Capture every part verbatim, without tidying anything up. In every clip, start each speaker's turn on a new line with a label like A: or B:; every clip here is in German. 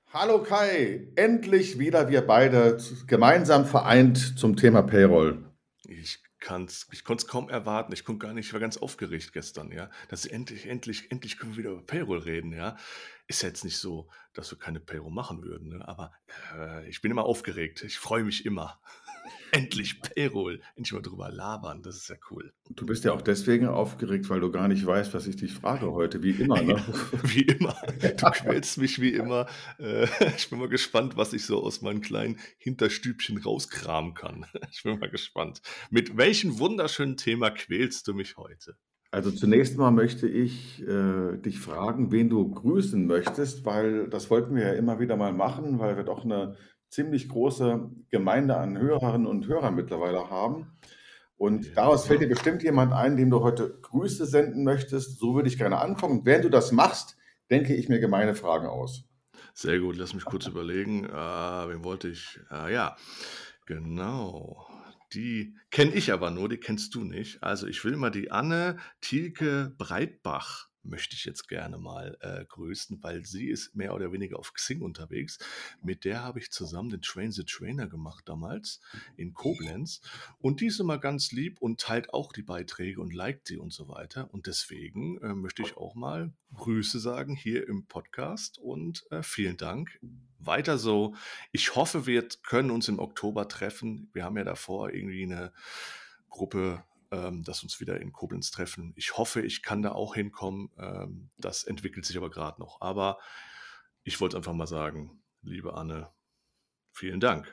A: Hallo Kai, endlich wieder wir beide z- gemeinsam vereint zum Thema Payroll.
B: Ich kann's ich konnte es kaum erwarten. Ich konnte gar nicht ich war ganz aufgeregt gestern, ja, dass endlich endlich endlich können wir wieder über Payroll reden, ja. Ist ja jetzt nicht so, dass wir keine Payroll machen würden, ne, aber, äh, ich bin immer aufgeregt. Ich freue mich immer. Endlich Payroll, endlich mal drüber labern, das ist ja cool.
A: Du bist ja auch deswegen aufgeregt, weil du gar nicht weißt, was ich dich frage heute, wie immer,
B: Ja,
A: ne?
B: wie immer. Du quälst mich wie immer. Äh, ich bin mal gespannt, was ich so aus meinen kleinen Hinterstübchen rauskramen kann. Ich bin mal gespannt. Mit welchem wunderschönen Thema quälst du mich heute?
A: Also zunächst mal möchte ich äh, dich fragen, wen du grüßen möchtest, weil das wollten wir ja immer wieder mal machen, weil wir doch eine ziemlich große Gemeinde an Hörerinnen und Hörern mittlerweile haben. Und daraus fällt
B: Ja.
A: dir bestimmt jemand ein, dem du heute Grüße senden möchtest. So würde ich gerne anfangen. Und während du das machst, denke ich mir gemeine Fragen aus.
B: Sehr gut, lass mich kurz überlegen. Äh, wen wollte ich? Ah, ja, genau. Die kenne ich aber nur, die kennst du nicht. Also ich will mal die Anne Thielke Breitbach möchte ich jetzt gerne mal äh, grüßen, weil sie ist mehr oder weniger auf Xing unterwegs. Mit der habe ich zusammen den Train the Trainer gemacht damals in Koblenz. Und die ist immer ganz lieb und teilt auch die Beiträge und liked sie und so weiter. Und deswegen äh, möchte ich auch mal Grüße sagen hier im Podcast und äh, vielen Dank. Weiter so. Ich hoffe, wir können uns im Oktober treffen. Wir haben ja davor irgendwie eine Gruppe, ähm, dass uns wieder in Koblenz treffen. Ich hoffe, ich kann da auch hinkommen. Ähm, das entwickelt sich aber gerade noch. Aber ich wollte einfach mal sagen, liebe Anne, vielen Dank.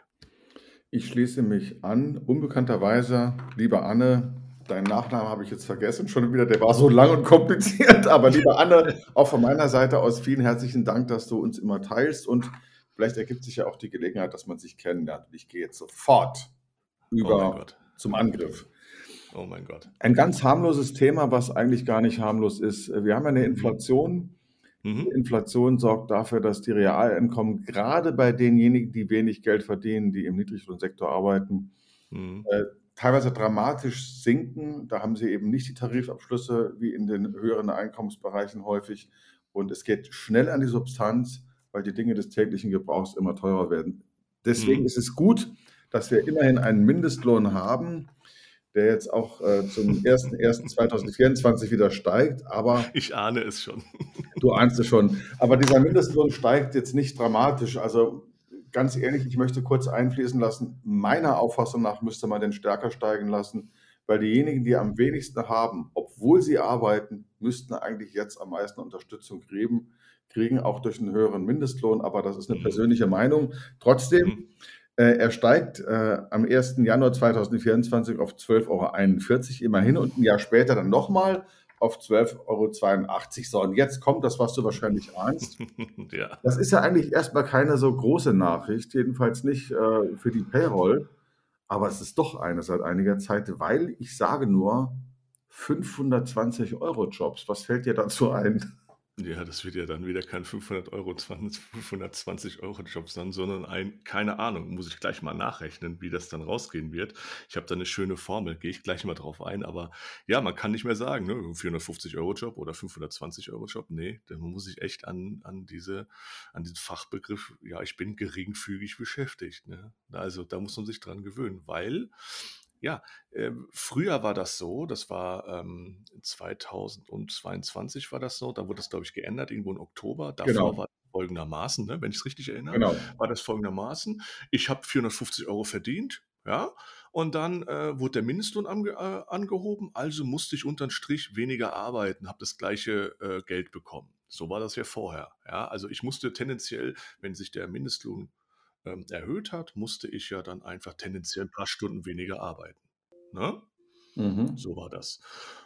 A: Ich schließe mich an. Unbekannterweise, liebe Anne, deinen Nachnamen habe ich jetzt vergessen, schon wieder, der war so lang und kompliziert. Aber liebe Anne, auch von meiner Seite aus vielen herzlichen Dank, dass du uns immer teilst. Und vielleicht ergibt sich ja auch die Gelegenheit, dass man sich kennenlernt. Und ich gehe jetzt sofort
B: Oh mein
A: über
B: Gott.
A: zum Angriff.
B: Oh mein Gott.
A: Ein ganz harmloses Thema, was eigentlich gar nicht harmlos ist. Wir haben ja eine
B: Mhm.
A: Inflation. Die
B: Mhm.
A: Inflation sorgt dafür, dass die Realeinkommen gerade bei denjenigen, die wenig Geld verdienen, die im Niedriglohnsektor arbeiten,
B: Mhm.
A: äh, teilweise dramatisch sinken. Da haben sie eben nicht die Tarifabschlüsse wie in den höheren Einkommensbereichen häufig. Und es geht schnell an die Substanz, weil die Dinge des täglichen Gebrauchs immer teurer werden. Deswegen
B: Mhm.
A: ist es gut, dass wir immerhin einen Mindestlohn haben, der jetzt auch äh, zum ersten ersten zweitausendvierundzwanzig wieder steigt. Aber
B: Ich ahne es schon.
A: du ahnst es schon. Aber dieser Mindestlohn steigt jetzt nicht dramatisch. Also ganz ehrlich, ich möchte kurz einfließen lassen, meiner Auffassung nach müsste man den stärker steigen lassen, weil diejenigen, die am wenigsten haben, obwohl sie arbeiten, müssten eigentlich jetzt am meisten Unterstützung kriegen, kriegen auch durch einen höheren Mindestlohn. Aber das ist eine
B: Mhm.
A: persönliche Meinung. Trotzdem,
B: Mhm.
A: äh, er steigt äh, am ersten Januar zweitausendvierundzwanzig auf zwölf Euro einundvierzig immerhin und ein Jahr später dann nochmal auf zwölf Euro zweiundachtzig. So, und jetzt kommt das, was du wahrscheinlich ahnst.
B: Ja.
A: Das ist ja eigentlich erstmal keine so große Nachricht, jedenfalls nicht äh, für die Payroll, aber es ist doch eine seit einiger Zeit, weil ich sage nur fünfhundertzwanzig Euro Jobs. Was fällt dir dazu ein?
B: Ja, das wird ja dann wieder kein fünfhundert Euro, zwanzig fünfhundertzwanzig Euro Job sein, sondern ein, keine Ahnung, muss ich gleich mal nachrechnen, wie das dann rausgehen wird. Ich habe da eine schöne Formel, gehe ich gleich mal drauf ein, aber ja, man kann nicht mehr sagen, ne, vierhundertfünfzig Euro Job oder fünfhundertzwanzig Euro Job. Nee, da muss ich echt an, an diese, an diesen Fachbegriff, ja, ich bin geringfügig beschäftigt, ne? Also da muss man sich dran gewöhnen, weil ja, ähm, früher war das so, das war ähm, zweitausendzweiundzwanzig war das so, da wurde das, glaube ich, geändert, irgendwo im Oktober. Davor
A: Genau,
B: war es folgendermaßen, ne, wenn ich es richtig erinnere,
A: genau.
B: war das folgendermaßen: Ich habe vierhundertfünfzig Euro verdient, ja, und dann äh, wurde der Mindestlohn ange äh, angehoben, also musste ich unterm Strich weniger arbeiten, habe das gleiche äh, Geld bekommen. So war das ja vorher. Ja, also ich musste tendenziell, wenn sich der Mindestlohn ähm, erhöht hat, musste ich ja dann einfach tendenziell ein paar Stunden weniger arbeiten. Ne?
A: Mhm.
B: So war das.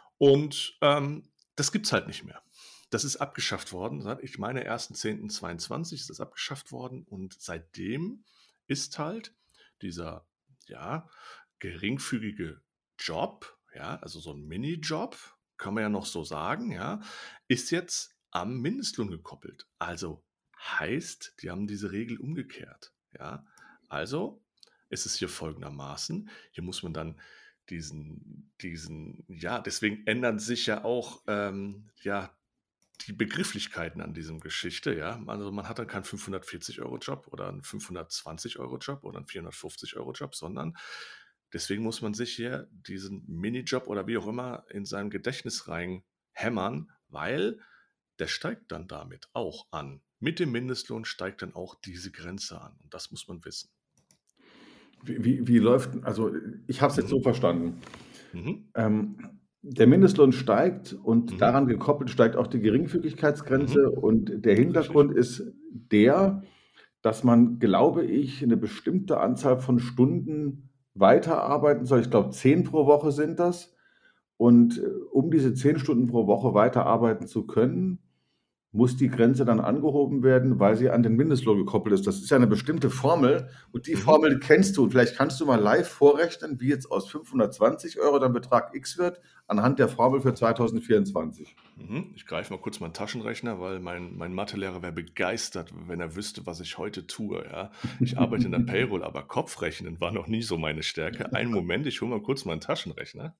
B: Und ähm, das gibt's halt nicht mehr. Das ist abgeschafft worden. Seit ich meine, ersten zehnten zweiundzwanzig ist das abgeschafft worden. Und seitdem ist halt dieser, ja, geringfügige Job, ja, also so ein Minijob, kann man ja noch so sagen, ja, ist jetzt am Mindestlohn gekoppelt. Also heißt, die haben diese Regel umgekehrt, ja. Also ist es hier folgendermaßen: Hier muss man dann diesen diesen ja, deswegen ändern sich ja auch, ähm, ja, die Begrifflichkeiten an diesem Geschichte, ja. Also man hat dann keinen fünfhundertvierzig-Euro-Job oder einen fünfhundertzwanzig-Euro-Job oder einen vierhundertfünfzig-Euro-Job, sondern deswegen muss man sich hier diesen Minijob oder wie auch immer in sein Gedächtnis rein hämmern, weil der steigt dann damit auch an. Mit dem Mindestlohn steigt dann auch diese Grenze an. Und das muss man wissen.
A: Wie, wie, wie läuft, also ich habe es jetzt so
B: Mhm.
A: verstanden.
B: Mhm.
A: Ähm, der Mindestlohn steigt und
B: Mhm.
A: daran gekoppelt steigt auch die Geringfügigkeitsgrenze.
B: Mhm.
A: Und der Hintergrund ist der, dass man, glaube ich, eine bestimmte Anzahl von Stunden weiterarbeiten soll. Ich glaube, zehn pro Woche sind das. Und äh, um diese zehn Stunden pro Woche weiterarbeiten zu können, muss die Grenze dann angehoben werden, weil sie an den Mindestlohn gekoppelt ist. Das ist ja eine bestimmte Formel und die
B: Mhm.
A: Formel kennst du. Und vielleicht kannst du mal live vorrechnen, wie jetzt aus fünfhundertzwanzig Euro dann Betrag X wird, anhand der Formel für zweitausendvierundzwanzig.
B: Mhm. Ich greife mal kurz meinen Taschenrechner, weil mein, mein Mathelehrer wäre begeistert, wenn er wüsste, was ich heute tue. Ja? Ich arbeite in der Payroll, aber Kopfrechnen war noch nie so meine Stärke. Einen Moment, ich hole mal kurz meinen Taschenrechner.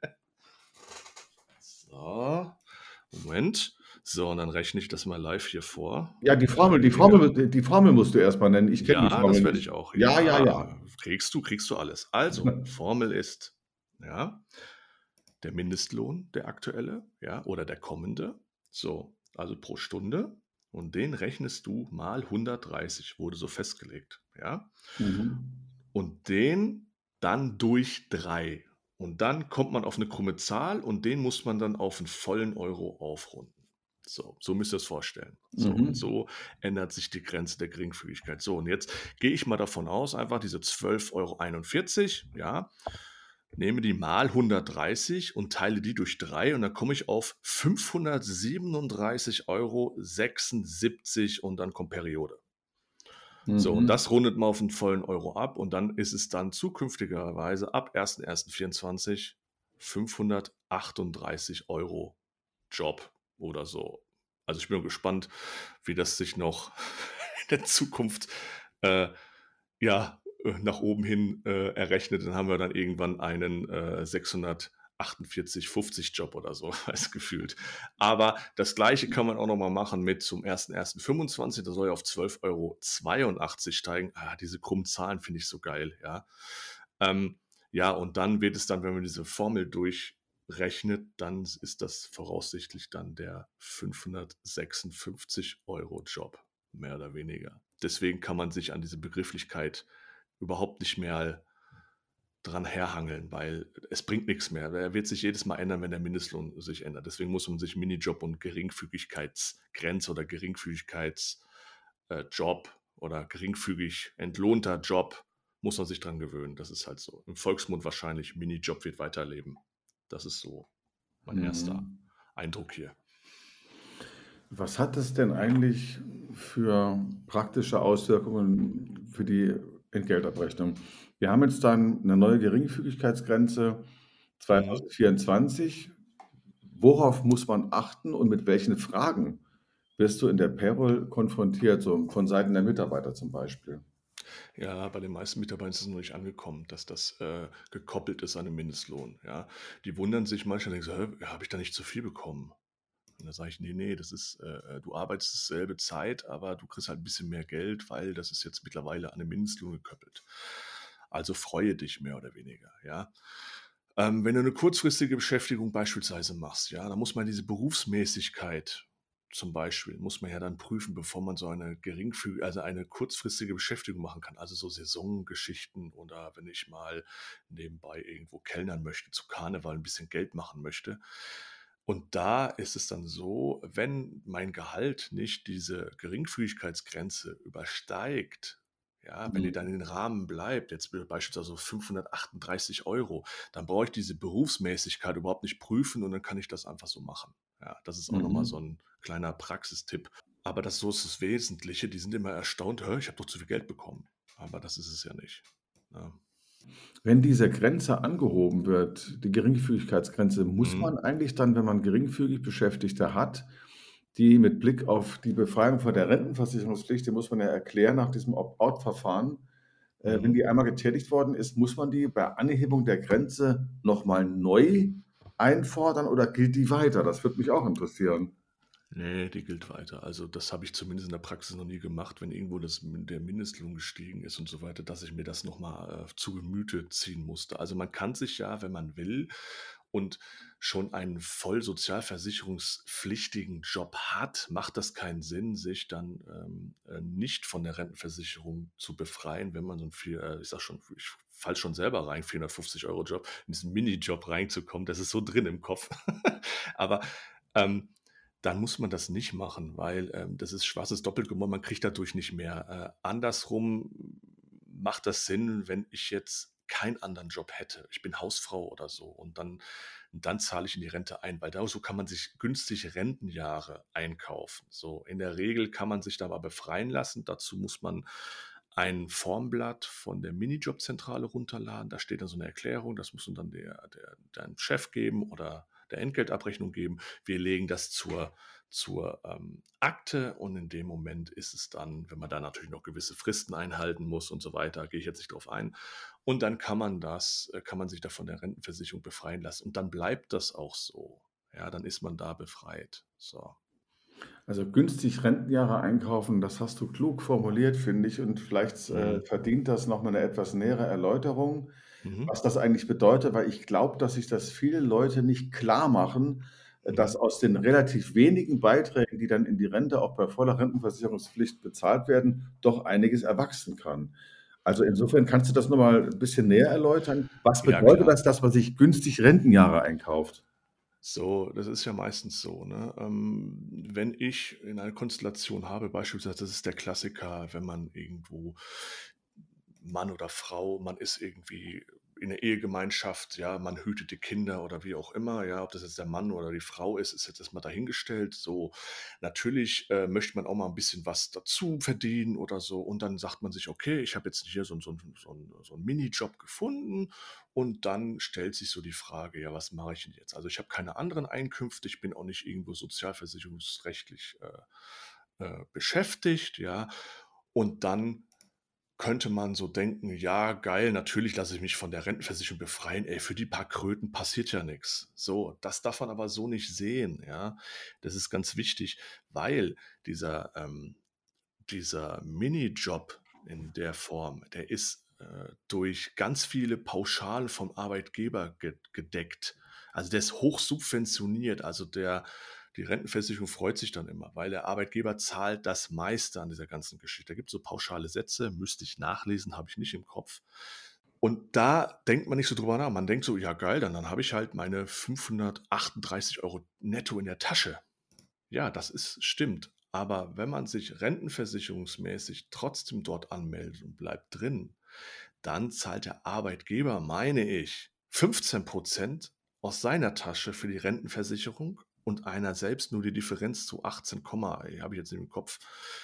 B: So, Moment. So, und dann rechne ich das mal live hier vor.
A: Ja, die
B: Mehr oder
A: Formel, die
B: weniger.
A: Formel, die Formel musst du erstmal nennen. Ich kenne die
B: Ja,
A: Formel
B: das werde ich
A: nicht.
B: auch.
A: Ja, ja,
B: Ja,
A: ja.
B: kriegst du, kriegst du alles. Also, Formel ist, ja, der Mindestlohn, der aktuelle, ja, oder der kommende. So, also pro Stunde. Und den rechnest du mal hundertdreißig, wurde so festgelegt, ja.
A: Mhm.
B: Und den dann durch drei. Und dann kommt man auf eine krumme Zahl und den muss man dann auf einen vollen Euro aufrunden. So, so müsst ihr es vorstellen. So, und
A: Mhm.
B: so ändert sich die Grenze der Geringfügigkeit. So, und jetzt gehe ich mal davon aus, einfach diese zwölf Euro einundvierzig, ja, nehme die mal hundertdreißig und teile die durch drei und dann komme ich auf fünfhundertsiebenunddreißig Euro sechsundsiebzig und dann kommt Periode. So, und
A: Mhm.
B: das rundet man auf einen vollen Euro ab und dann ist es dann zukünftigerweise ab erster erster vierundzwanzig fünfhundertachtunddreißig Euro Job oder so. Also ich bin gespannt, wie das sich noch in der Zukunft äh, ja, äh, nach oben hin äh, errechnet. Dann haben wir dann irgendwann einen äh, sechshundertachtundvierzig fünfzig Job oder so, als gefühlt. Aber das Gleiche kann man auch nochmal machen mit zum erster erster fünfundzwanzig. Da soll ja auf zwölf Euro zweiundachtzig steigen. Ah, diese krummen Zahlen finde ich so geil, ja. Ähm, ja, und dann wird es dann, wenn man diese Formel durchrechnet, dann ist das voraussichtlich dann der fünfhundertsechsundfünfzig Euro Job, mehr oder weniger. Deswegen kann man sich an diese Begrifflichkeit überhaupt nicht mehr dran herhangeln, weil es bringt nichts mehr. Er wird sich jedes Mal ändern, wenn der Mindestlohn sich ändert. Deswegen muss man sich Minijob und Geringfügigkeitsgrenze oder Geringfügigkeitsjob oder geringfügig entlohnter Job muss man sich dran gewöhnen. Das ist halt so. Im Volksmund wahrscheinlich Minijob wird weiterleben. Das ist so mein erster
A: Mhm.
B: Eindruck hier.
A: Was hat es denn eigentlich für praktische Auswirkungen für die Entgeltabrechnung? Wir haben jetzt dann eine neue Geringfügigkeitsgrenze
B: Mhm.
A: zweitausendvierundzwanzig. Worauf muss man achten und mit welchen Fragen wirst du in der Payroll konfrontiert, so von Seiten der Mitarbeiter zum Beispiel?
B: Ja, bei den meisten Mitarbeitern ist es noch nicht angekommen, dass das äh, gekoppelt ist an den Mindestlohn. Ja, die wundern sich manchmal, denken so, "Hä, ja, habe ich da nicht zu viel bekommen?" Und da sage ich, nee, nee, das ist, äh, du arbeitest dieselbe Zeit, aber du kriegst halt ein bisschen mehr Geld, weil das ist jetzt mittlerweile an den Mindestlohn gekoppelt. Also freue dich mehr oder weniger, ja. Ähm, wenn du eine kurzfristige Beschäftigung beispielsweise machst, ja, dann muss man diese Berufsmäßigkeit zum Beispiel, muss man ja dann prüfen, bevor man so eine geringfügige, also eine kurzfristige Beschäftigung machen kann. Also so Saisongeschichten oder wenn ich mal nebenbei irgendwo kellnern möchte, zu Karneval ein bisschen Geld machen möchte. Und da ist es dann so, wenn mein Gehalt nicht diese Geringfügigkeitsgrenze übersteigt, ja, wenn die
A: Mhm.
B: dann in den Rahmen bleibt, jetzt beispielsweise so fünfhundertachtunddreißig Euro, dann brauche ich diese Berufsmäßigkeit überhaupt nicht prüfen und dann kann ich das einfach so machen. Ja, das ist auch nochmal so
A: Mhm.
B: ein kleiner Praxistipp. Aber das so ist das Wesentliche. Die sind immer erstaunt, hör, ich habe doch zu viel Geld bekommen. Aber das ist es ja nicht. Ja.
A: Wenn diese Grenze angehoben wird, die Geringfügigkeitsgrenze, muss
B: Mhm.
A: man eigentlich dann, wenn man geringfügig Beschäftigte hat, die mit Blick auf die Befreiung von der Rentenversicherungspflicht, die muss man ja erklären nach diesem Opt-out-Verfahren, äh, wenn
B: Mhm.
A: die einmal getätigt worden ist, muss man die bei Anhebung der Grenze nochmal neu einfordern oder gilt die weiter? Das würde mich auch interessieren.
B: Ne, die gilt weiter. Also, das habe ich zumindest in der Praxis noch nie gemacht, wenn irgendwo das der Mindestlohn gestiegen ist und so weiter, dass ich mir das noch mal, äh, zu Gemüte ziehen musste. Also, man kann sich ja, wenn man will und schon einen voll sozialversicherungspflichtigen Job hat, macht das keinen Sinn, sich dann, ähm, äh, nicht von der Rentenversicherung zu befreien, wenn man so 'n vier äh, ich sage schon, ich falle schon selber rein, vierhundertfünfzig Euro Job, in diesen Minijob reinzukommen, das ist so drin im Kopf. Aber, ähm, dann muss man das nicht machen, weil, ähm, das ist schwarzes Doppeltgemurmel, man kriegt dadurch nicht mehr. Äh, andersrum macht das Sinn, wenn ich jetzt keinen anderen Job hätte. Ich bin Hausfrau oder so und dann dann zahle ich in die Rente ein, weil da so kann man sich günstig Rentenjahre einkaufen. So, in der Regel kann man sich da aber befreien lassen. Dazu muss man ein Formblatt von der Minijobzentrale runterladen. Da steht dann so 'ne Erklärung, das muss man dann der der deinem Chef geben oder der Entgeltabrechnung geben. Wir legen das zur zur, ähm, Akte und in dem Moment ist es dann, wenn man da natürlich noch gewisse Fristen einhalten muss und so weiter, gehe ich jetzt nicht drauf ein. Und dann kann man das äh, kann man sich da von der Rentenversicherung befreien lassen und dann bleibt das auch so. Ja, dann ist man da befreit. So.
A: Also, günstig Rentenjahre einkaufen, das hast du klug formuliert, finde ich, und vielleicht, äh,
B: Mhm.
A: verdient das noch mal 'ne etwas nähere Erläuterung,
B: Mhm.
A: was das eigentlich bedeutet, weil ich glaube, dass sich das viele Leute nicht klarmachen, äh, dass
B: Mhm.
A: aus den relativ wenigen Beiträgen, die dann in die Rente auch bei voller Rentenversicherungspflicht bezahlt werden, doch einiges erwachsen kann. Also, insofern kannst du das noch mal 'n bisschen näher erläutern? Was
B: Ja,
A: bedeutet
B: klar.
A: das, dass man sich günstig Rentenjahre einkauft?
B: So, das ist ja meistens so, ne? Ähm, wenn ich in einer Konstellation habe, beispielsweise, das ist der Klassiker, wenn man irgendwo Mann oder Frau, man ist irgendwie in 'ner Ehegemeinschaft, ja, man hütet die Kinder oder wie auch immer, ja. Ob das jetzt der Mann oder die Frau ist, ist jetzt erst mal dahingestellt, so. Natürlich, äh, möchte man auch mal 'n bisschen was dazu verdienen oder so und dann sagt man sich: „Okay, ich habe jetzt hier so 'n so 'n so 'n so 'n Minijob gefunden.“ Und dann stellt sich so die Frage: „Ja, was mache ich denn jetzt?“ Also, ich habe keine anderen Einkünfte, ich bin auch nicht irgendwo sozialversicherungsrechtlich, äh, äh, beschäftigt, ja. Und dann könnte man so denken: „Ja, geil, natürlich lasse ich mich von der Rentenversicherung befreien. Ey, für die paar Kröten passiert ja nix.“ So, das darf man aber so nicht sehen, ja. Das ist ganz wichtig, weil dieser, ähm dieser Minijob in der Form, der ist, äh, durch ganz viele Pauschalen vom Arbeitgeber ge gedeckt. Also, der ist hochsubventioniert. Also, der die Rentenversicherung freut sich dann immer, weil der Arbeitgeber zahlt das meiste an dieser ganzen Geschichte. Da gibt's so pauschale Sätze, müsste ich nachlesen, habe ich nicht im Kopf. Und da denkt man nicht so drüber nach. Man denkt so: „Ja geil, dann dann habe ich halt meine fünfhundertachtunddreißig Euro netto in der Tasche.“ Ja, das ist stimmt. Aber wenn man sich rentenversicherungsmäßig trotzdem dort anmeldet und bleibt drin, dann zahlt der Arbeitgeber, meine ich, fünfzehn Prozent aus seiner Tasche für die Rentenversicherung und einer selbst nur die Differenz zu achtzehn Komma ey, habe ich jetzt nicht im Kopf,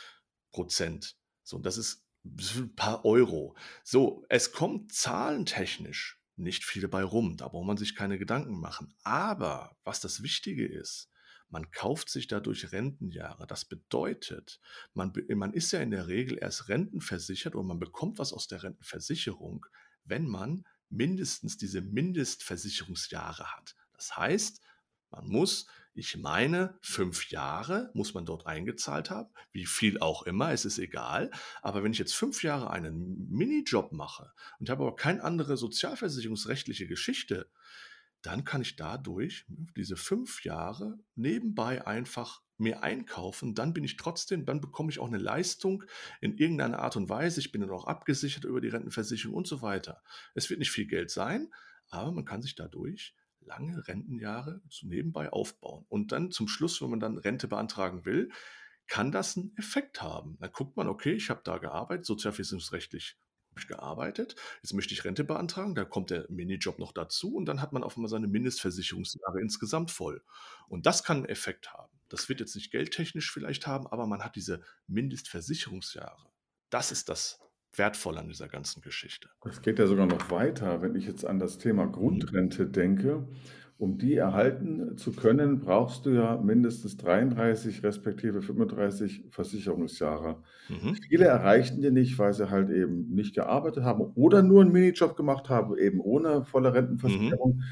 B: Prozent. So, und das ist das sind 'n paar Euro. So, es kommt zahlentechnisch nicht viel bei rum, da braucht man sich keine Gedanken machen. Aber was das Wichtige ist, man kauft sich dadurch Rentenjahre. Das bedeutet, man be man ist ja in der Regel erst rentenversichert und man bekommt was aus der Rentenversicherung, wenn man mindestens diese Mindestversicherungsjahre hat. Das heißt, man muss, ich meine, fünf Jahre muss man dort eingezahlt haben, wie viel auch immer, es ist egal. Aber wenn ich jetzt fünf Jahre einen Minijob mache und habe aber keine andere sozialversicherungsrechtliche Geschichte, dann kann ich dadurch diese fünf Jahre nebenbei einfach mir einkaufen. Dann bin ich trotzdem dann bekomme ich auch 'ne Leistung in irgendeiner Art und Weise. Ich bin dann auch abgesichert über die Rentenversicherung und so weiter. Es wird nicht viel Geld sein, aber man kann sich dadurch lange Rentenjahre so nebenbei aufbauen. Und dann zum Schluss, wenn man dann Rente beantragen will, kann das 'n Effekt haben. Dann guckt man: „Okay, ich habe da gearbeitet, sozialversicherungsrechtlich habe ich gearbeitet. Jetzt möchte ich Rente beantragen.“ Da kommt der Minijob noch dazu und dann hat man auf einmal seine Mindestversicherungsjahre insgesamt voll. Und das kann 'n Effekt haben. Das wird jetzt nicht geldtechnisch vielleicht haben, aber man hat diese Mindestversicherungsjahre. Das ist das Wertvolle an dieser ganzen Geschichte.
A: Es geht ja sogar noch weiter, wenn ich jetzt an das Thema
B: Mhm.
A: Grundrente denke. Um die erhalten zu können, brauchst du ja mindestens dreiunddreißig respektive fünfunddreißig Versicherungsjahre.
B: Mhm.
A: Viele erreichen die nicht, weil sie halt eben nicht gearbeitet haben oder nur 'n Minijob gemacht haben, eben ohne volle
B: Mhm.
A: Rentenversicherung.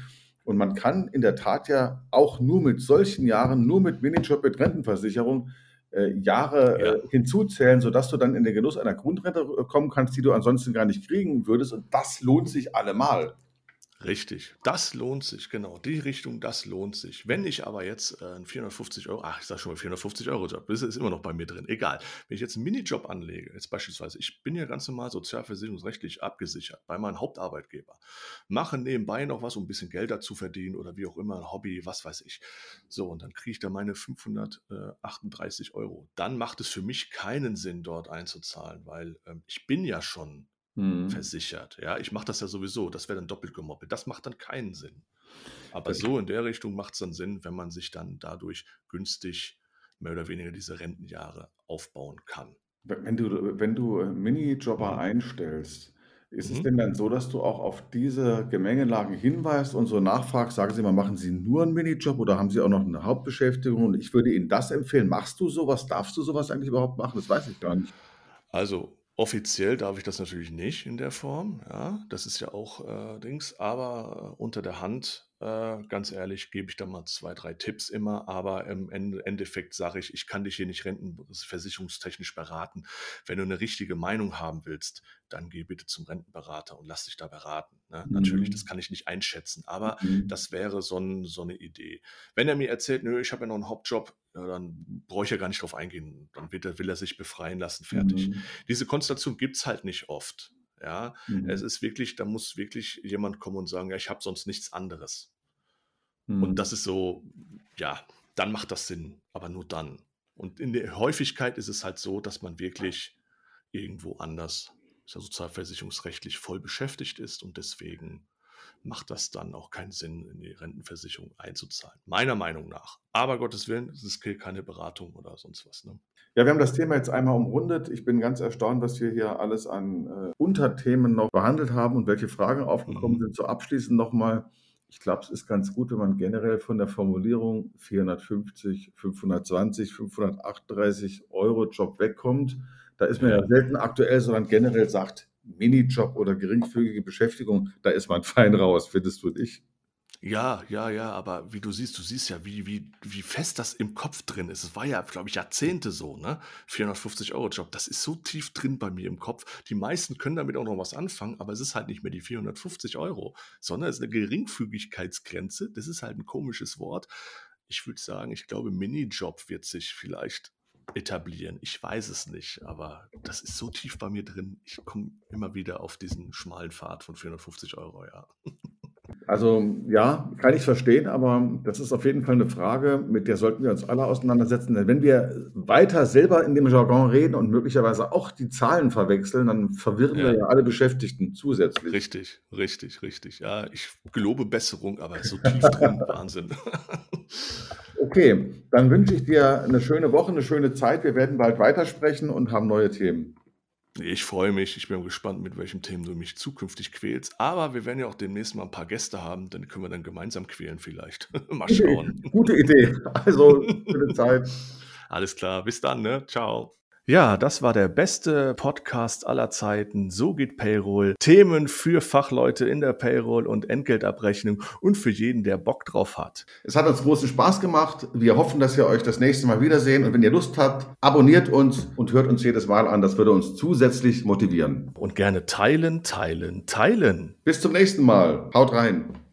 A: Und man kann in der Tat ja auch nur mit solchen Jahren, nur mit Minijob mit Rentenversicherung äh, Jahre
B: Ja.
A: äh, hinzuzählen, sodass du dann in den Genuss einer Grundrente äh, kommen kannst, die du ansonsten gar nicht kriegen würdest. Und das lohnt sich allemal.
B: Richtig, das lohnt sich, genau. Die Richtung, das lohnt sich. Wenn ich aber jetzt äh, einen vierhundertfünfzig Euro, ach, ich sage schon mal vierhundertfünfzig Euro Job, das ist immer noch bei mir drin, egal. Wenn ich jetzt einen Minijob anlege, jetzt beispielsweise, ich bin ja ganz normal sozialversicherungsrechtlich abgesichert bei meinem Hauptarbeitgeber, mache nebenbei noch was, um ein bisschen Geld dazu verdienen oder wie auch immer, ein Hobby, was weiß ich. So, und dann kriege ich da meine fünfhundertachtunddreißig Euro. Dann macht es für mich keinen Sinn, dort einzuzahlen, weil ähm, ich bin ja schon
A: Mhm.
B: versichert. Ja, ich mache das ja sowieso. Das wäre dann doppelt gemoppelt. Das macht dann keinen Sinn. Aber
A: Das-
B: so in der Richtung macht es dann Sinn, wenn man sich dann dadurch günstig mehr oder weniger diese Rentenjahre aufbauen kann.
A: Wenn du, wenn du Minijobber
B: Mhm.
A: einstellst, ist es
B: Mhm.
A: denn dann so, dass du auch auf diese Gemengelagen hinweist und so nachfragst, sagen Sie mal, machen Sie nur einen Minijob oder haben Sie auch noch eine Hauptbeschäftigung? Und ich würde Ihnen das empfehlen. Machst du sowas? Darfst du sowas eigentlich überhaupt machen? Das weiß ich gar nicht.
B: Also offiziell darf ich das natürlich nicht in der Form, ja. Das ist ja auch äh, Dings, aber äh, unter der Hand, äh, ganz ehrlich, gebe ich da mal zwei, drei Tipps immer, aber im Ende, Endeffekt sage ich, ich kann dich hier nicht rentenversicherungstechnisch beraten. Wenn du eine richtige Meinung haben willst, dann geh bitte zum Rentenberater und lass dich da beraten. Ne? Natürlich, das
A: Mhm.
B: kann ich nicht einschätzen, aber
A: Mhm.
B: das wäre so, ein, so eine Idee. Wenn er mir erzählt, nö, ich habe ja noch einen Hauptjob, ja, dann brauche ich ja gar nicht drauf eingehen. Dann wird er, will er sich befreien lassen, fertig.
A: Mhm.
B: Diese Konstellation gibt es halt nicht oft. Ja, es
A: Mhm.
B: ist wirklich, da muss wirklich jemand kommen und sagen, ja, ich habe sonst nichts anderes. Und
A: Mhm.
B: das ist so, ja, dann macht das Sinn, aber nur dann. Und in der Häufigkeit ist es halt so, dass man wirklich irgendwo anders, ja sozialversicherungsrechtlich voll beschäftigt ist und deswegen macht das dann auch keinen Sinn, in die Rentenversicherung einzuzahlen. Meiner Meinung nach. Aber Gottes Willen, es ist keine Beratung oder sonst was. Ne?
A: Ja, wir haben das Thema jetzt einmal umrundet. Ich bin ganz erstaunt, was wir hier alles an äh, Unterthemen noch behandelt haben und welche Fragen aufgekommen
B: Mhm.
A: sind. So abschließend nochmal. Ich glaube, es ist ganz gut, wenn man generell von der Formulierung vierhundertfünfzig, fünfhundertzwanzig, fünfhundertachtunddreißig Euro Job wegkommt. Da ist man ja
B: Ja.
A: selten aktuell, sondern generell sagt Minijob oder geringfügige Beschäftigung, da ist man fein raus, findest du nicht?
B: Ja, ja, ja, aber wie du siehst, du siehst ja, wie, wie, wie fest das im Kopf drin ist. Es war ja, glaube ich, Jahrzehnte so, ne? vierhundertfünfzig Euro Job, das ist so tief drin bei mir im Kopf. Die meisten können damit auch noch was anfangen, aber es ist halt nicht mehr die vierhundertfünfzig Euro, sondern es ist eine Geringfügigkeitsgrenze. Das ist halt ein komisches Wort. Ich würde sagen, ich glaube, Minijob wird sich vielleicht etablieren. Ich weiß es nicht, aber das ist so tief bei mir drin. Ich komme immer wieder auf diesen schmalen Pfad von vierhundertfünfzig Euro, ja.
A: Also ja, kann ich verstehen, aber das ist auf jeden Fall eine Frage, mit der sollten wir uns alle auseinandersetzen. Denn wenn wir weiter selber in dem Jargon reden und möglicherweise auch die Zahlen verwechseln, dann verwirren wir
B: Ja.
A: ja alle Beschäftigten zusätzlich.
B: Richtig, richtig, richtig. Ja, ich gelobe Besserung, aber so tief drin, Wahnsinn.
A: Okay, dann wünsche ich dir eine schöne Woche, eine schöne Zeit. Wir werden bald weitersprechen und haben neue Themen.
B: Ich freue mich. Ich bin gespannt, mit welchen Themen du mich zukünftig quälst. Aber wir werden ja auch demnächst mal ein paar Gäste haben, dann können wir dann gemeinsam quälen vielleicht. Mal schauen.
A: Gute Idee. Also, schöne Zeit.
B: Alles klar, bis dann, ne? Ciao. Ja, das war der beste Podcast aller Zeiten. So geht Payroll. Themen für Fachleute in der Payroll und Entgeltabrechnung und für jeden, der Bock drauf hat.
A: Es hat uns großen Spaß gemacht. Wir hoffen, dass wir euch das nächste Mal wiedersehen. Und wenn ihr Lust habt, abonniert uns und hört uns jedes Mal an. Das würde uns zusätzlich motivieren.
B: Und gerne teilen, teilen, teilen.
A: Bis zum nächsten Mal. Haut rein.